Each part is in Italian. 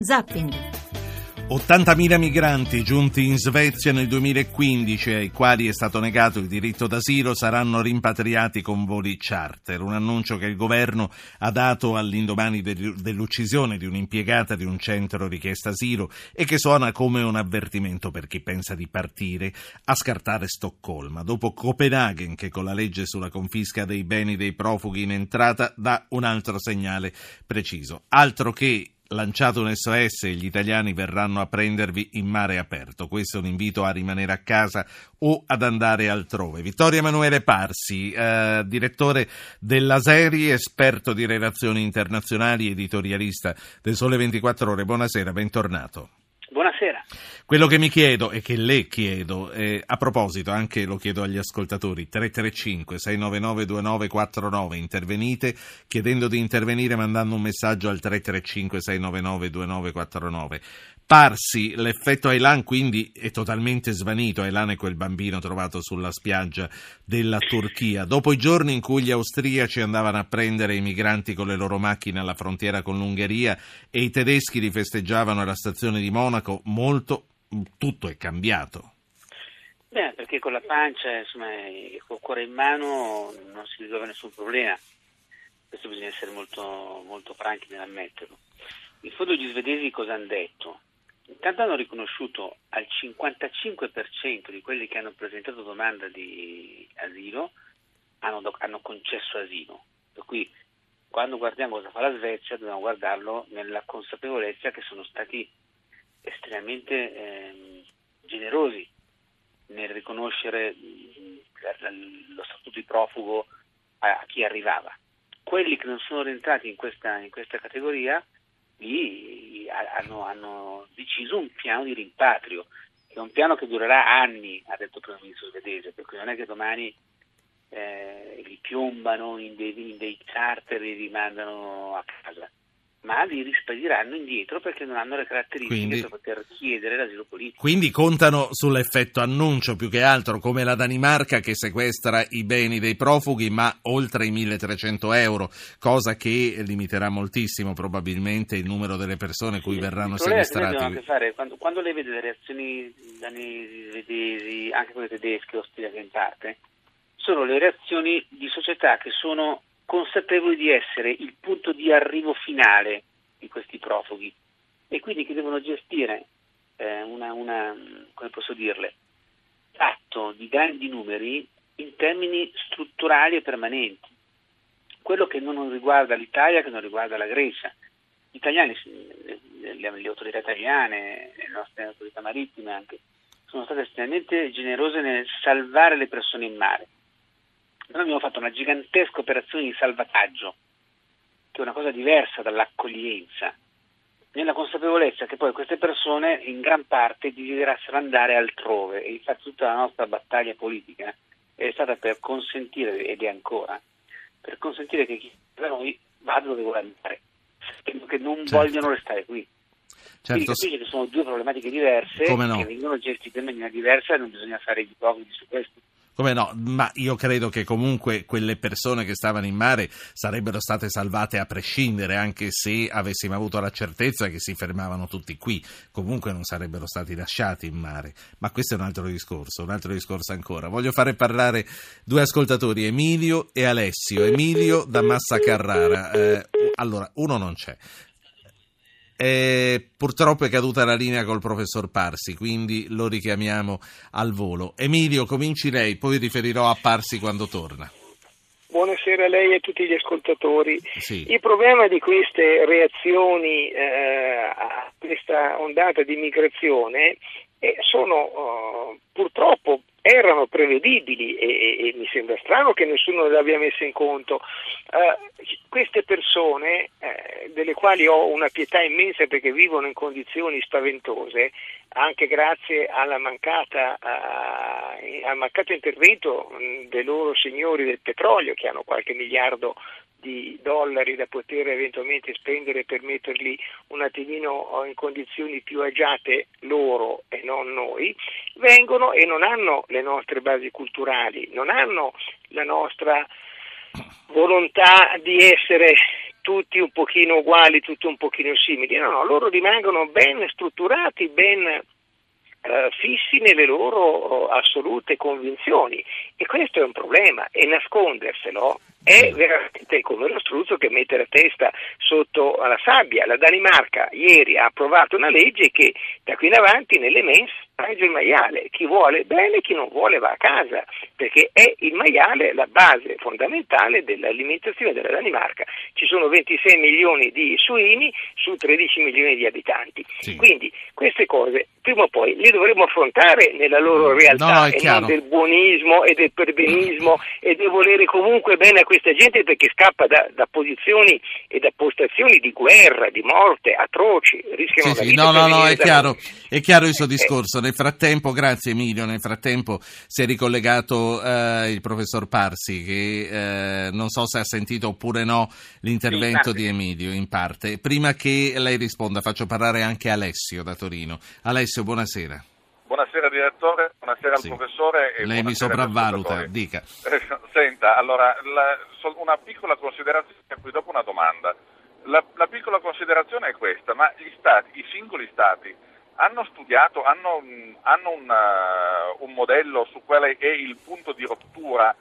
Zapping. 80.000 migranti giunti in Svezia nel 2015, ai quali è stato negato il diritto d'asilo, saranno rimpatriati con voli charter. Un annuncio che il governo ha dato all'indomani dell'uccisione di un'impiegata di un centro richiesta asilo e che suona come un avvertimento per chi pensa di partire a scartare Stoccolma. Dopo Copenaghen, che con la legge sulla confisca dei beni dei profughi in entrata dà un altro segnale preciso. Altro che lanciato un SOS e gli italiani verranno a prendervi in mare aperto. Questo è un invito a rimanere a casa o ad andare altrove. Vittorio Emanuele Parsi, direttore della Seri, esperto di relazioni internazionali, editorialista del Sole 24 Ore. Buonasera, bentornato. Buonasera. Quello che mi chiedo e che le chiedo, a proposito, anche lo chiedo agli ascoltatori, 335-699-2949, intervenite chiedendo di intervenire mandando un messaggio al 335-699-2949. Parsi, l'effetto Aylan quindi è totalmente svanito. Aylan è quel bambino trovato sulla spiaggia della Turchia. Dopo i giorni in cui gli austriaci andavano a prendere i migranti con le loro macchine alla frontiera con l'Ungheria e i tedeschi li festeggiavano alla stazione di Monaco, tutto è cambiato. Beh, perché con la pancia, insomma, e col cuore in mano non si risolve nessun problema. Questo bisogna essere molto, molto franchi nell'ammetterlo. In fondo gli svedesi cosa hanno detto? Intanto hanno riconosciuto al 55% di quelli che hanno presentato domanda di asilo hanno concesso asilo. Per cui quando guardiamo cosa fa la Svezia dobbiamo guardarlo nella consapevolezza che sono stati estremamente generosi nel riconoscere lo statuto di profugo a chi arrivava. Quelli che non sono rientrati in questa categoria lì hanno deciso un piano di rimpatrio, che è un piano che durerà anni, ha detto il primo ministro svedese, per cui non è che domani li piombano in dei charter e li rimandano a casa, ma li rispediranno indietro perché non hanno le caratteristiche per poter chiedere l'asilo politico. Quindi contano sull'effetto annuncio più che altro, come la Danimarca che sequestra i beni dei profughi ma oltre i 1.300 euro, cosa che limiterà moltissimo probabilmente il numero delle persone cui verranno sequestrati. Anche fare, quando lei vede le reazioni danesi, svedesi, anche quelle tedesche, austriache in parte, sono le reazioni di società che sono consapevoli di essere il punto di arrivo finale di questi profughi e quindi che devono gestire come posso dirle, atto di grandi numeri in termini strutturali e permanenti. Quello che non riguarda l'Italia, che non riguarda la Grecia. Gli italiani, le autorità italiane, le nostre autorità marittime anche, sono state estremamente generose nel salvare le persone in mare. Noi abbiamo fatto una gigantesca operazione di salvataggio, che è una cosa diversa dall'accoglienza, nella consapevolezza che poi queste persone in gran parte desiderassero andare altrove, e infatti tutta la nostra battaglia politica è stata per consentire, ed è ancora, per consentire che chi da noi vada dove vuole andare, sapendo che non vogliono restare qui. Quindi capisce che sono due problematiche diverse, che vengono gestite in maniera diversa e non bisogna fare gli ipocriti su questo. Come no, ma io credo che comunque quelle persone che stavano in mare sarebbero state salvate a prescindere, anche se avessimo avuto la certezza che si fermavano tutti qui, comunque non sarebbero stati lasciati in mare. Ma questo è un altro discorso ancora. Voglio fare parlare due ascoltatori, Emilio e Alessio. Emilio da Massa Carrara. Allora, uno non c'è. Purtroppo è caduta la linea col professor Parsi, quindi lo richiamiamo al volo. Emilio, cominci lei, poi riferirò a Parsi quando torna. Buonasera a lei e a tutti gli ascoltatori. Sì. Il problema di queste reazioni a questa ondata di migrazione sono purtroppo erano prevedibili e mi sembra strano che nessuno le abbia messe in conto. Queste persone, delle quali ho una pietà immensa perché vivono in condizioni spaventose, anche grazie al mancato intervento dei loro signori del petrolio, che hanno qualche miliardo di dollari da poter eventualmente spendere per metterli un attimino in condizioni più agiate loro e non noi, vengono e non hanno le nostre basi culturali, non hanno la nostra volontà di essere tutti un pochino uguali, tutti un pochino simili, no, loro rimangono ben strutturati, ben fissi nelle loro assolute convinzioni, e questo è un problema, e nasconderselo è veramente come lo struzzo che mette la testa sotto alla sabbia. La Danimarca ieri ha approvato una legge che da qui in avanti nelle mense mangia il maiale, chi vuole bene, chi non vuole va a casa, perché è il maiale la base fondamentale dell'alimentazione della Danimarca. Ci sono 26 milioni di suini su 13 milioni di abitanti, sì. Quindi queste cose prima o poi le dovremo affrontare nella loro realtà, e non del buonismo e del perbenismo e del volere comunque bene a questa gente, perché scappa da posizioni e da postazioni di guerra, di morte atroci, rischiano la vita. No, è chiaro il suo discorso. Nel frattempo, grazie Emilio, nel frattempo si è ricollegato il professor Parsi, che non so se ha sentito oppure no l'intervento di Emilio, in parte. Prima che lei risponda faccio parlare anche Alessio da Torino. Alessio, buonasera. Buonasera direttore, buonasera al professore. E lei mi sopravvaluta, dica. Senta, allora, una piccola considerazione e poi dopo una domanda. La piccola considerazione è questa: ma i singoli stati hanno studiato, hanno un modello su quale è il punto di rottura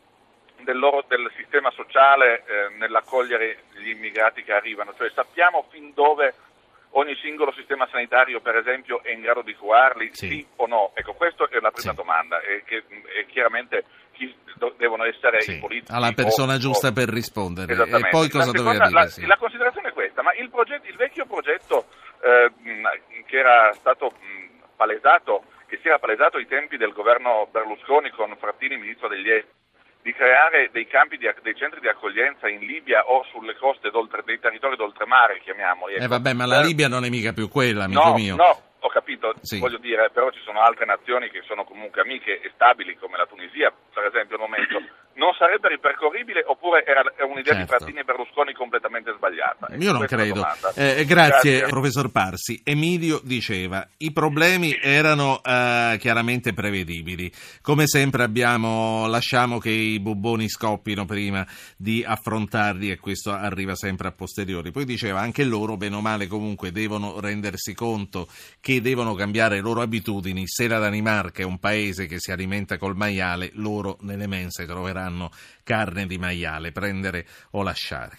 del sistema sociale nell'accogliere gli immigrati che arrivano? Cioè sappiamo fin dove ogni singolo sistema sanitario, per esempio, è in grado di curarli, sì o no? Ecco, questa è la prima domanda, e chiaramente chi devono essere i politici. Alla persona giusta per rispondere. E poi cosa doveva dire? La considerazione è questa: ma il vecchio progetto che era stato palesato, che si era palesato ai tempi del governo Berlusconi con Frattini ministro degli esteri, di creare dei centri di accoglienza in Libia o sulle coste dei territori d'oltremare, chiamiamoli. Ecco. Vabbè, ma la Libia non è mica più quella, amico mio. No, ho capito, sì. Voglio dire, però ci sono altre nazioni che sono comunque amiche e stabili, come la Tunisia, per esempio, al momento. Non sarebbe ripercorribile, oppure è un'idea di Frattini e Berlusconi completamente sbagliata? Io non credo. Grazie, professor Parsi. Emilio diceva, i problemi erano chiaramente prevedibili. Come sempre lasciamo che i bubboni scoppino prima di affrontarli, e questo arriva sempre a posteriori. Poi diceva, anche loro, bene o male, comunque devono rendersi conto che devono cambiare le loro abitudini. Se la Danimarca è un paese che si alimenta col maiale, loro nelle mense troveranno carne di maiale, prendere o lasciare.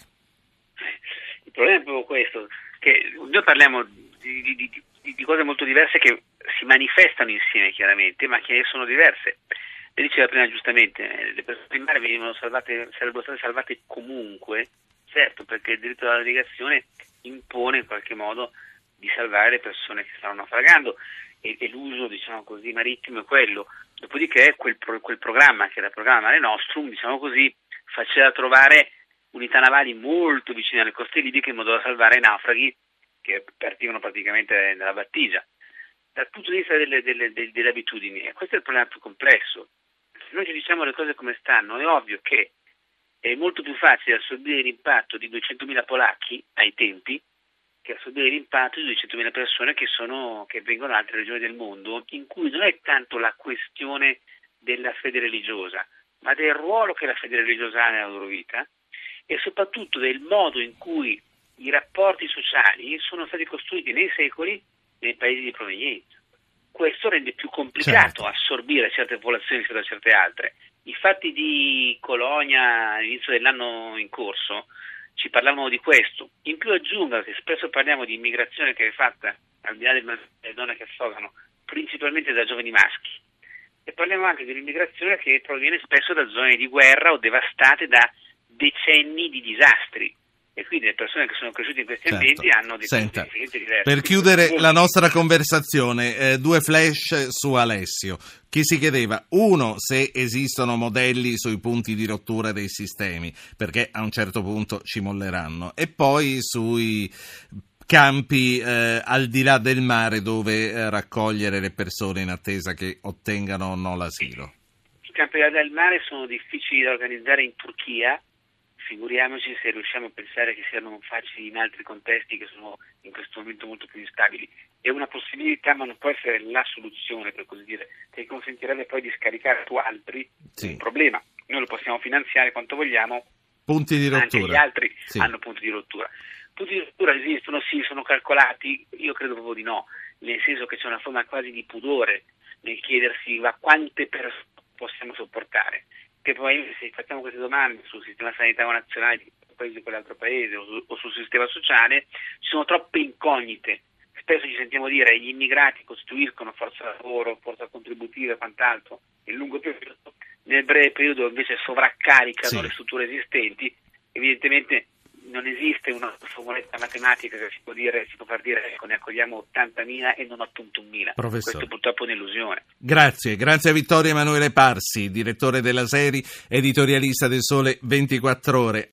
Il problema è proprio questo, che noi parliamo di cose molto diverse che si manifestano insieme chiaramente, ma che sono diverse. Lei diceva prima giustamente, le persone in mare sarebbero state salvate comunque, certo, perché il diritto alla navigazione impone in qualche modo di salvare le persone che stanno naufragando, e l'uso, diciamo così, marittimo è quello. Dopodiché quel programma, che era il programma Mare Nostrum, diciamo così, faceva trovare unità navali molto vicine alle coste libiche in modo da salvare i naufraghi che partivano praticamente dalla battigia. Dal punto di vista delle abitudini, e questo è il problema più complesso. Se noi ci diciamo le cose come stanno, è ovvio che è molto più facile assorbire l'impatto di 200.000 polacchi ai tempi che assorbire l'impatto di 200.000 persone che vengono da altre regioni del mondo, in cui non è tanto la questione della fede religiosa, ma del ruolo che la fede religiosa ha nella loro vita, e soprattutto del modo in cui i rapporti sociali sono stati costruiti nei secoli nei paesi di provenienza. Questo rende più complicato assorbire certe popolazioni rispetto a certe altre. I fatti di Colonia all'inizio dell'anno in corso ci parlavano di questo. In più aggiungo che spesso parliamo di immigrazione che è fatta, al di là delle donne che affogano, principalmente da giovani maschi, e parliamo anche di un'immigrazione che proviene spesso da zone di guerra o devastate da decenni di disastri, e quindi le persone che sono cresciute in questi ambienti hanno dei differenze diverse. Per chiudere la nostra conversazione, due flash su Alessio. Chi si chiedeva, uno, se esistono modelli sui punti di rottura dei sistemi, perché a un certo punto ci molleranno, e poi sui campi al di là del mare dove raccogliere le persone in attesa che ottengano o no l'asilo. I campi al di là del mare sono difficili da organizzare in Turchia, figuriamoci se riusciamo a pensare che siano facili in altri contesti che sono in questo momento molto più instabili. È una possibilità, ma non può essere la soluzione, per così dire, che consentirebbe poi di scaricare su altri un problema. Noi lo possiamo finanziare quanto vogliamo, Punti di rottura. Anche gli altri hanno punti di rottura. Punti di rottura esistono, sì, sono calcolati? Io credo proprio di no, nel senso che c'è una forma quasi di pudore nel chiedersi quante persone possiamo sopportare, che poi se facciamo queste domande sul sistema sanitario nazionale di un paese di quell'altro paese o sul sistema sociale, ci sono troppe incognite. Spesso ci sentiamo dire che gli immigrati costituiscono forza lavoro, forza contributiva e quant'altro nel lungo periodo, nel breve periodo invece sovraccaricano le strutture esistenti. Evidentemente non esiste una formuletta matematica che si può far dire ecco, ne accogliamo 80.000 e non 81.000. Professore. Questo purtroppo è un'illusione. Grazie a Vittorio Emanuele Parsi, direttore della SERI, editorialista del Sole 24 Ore.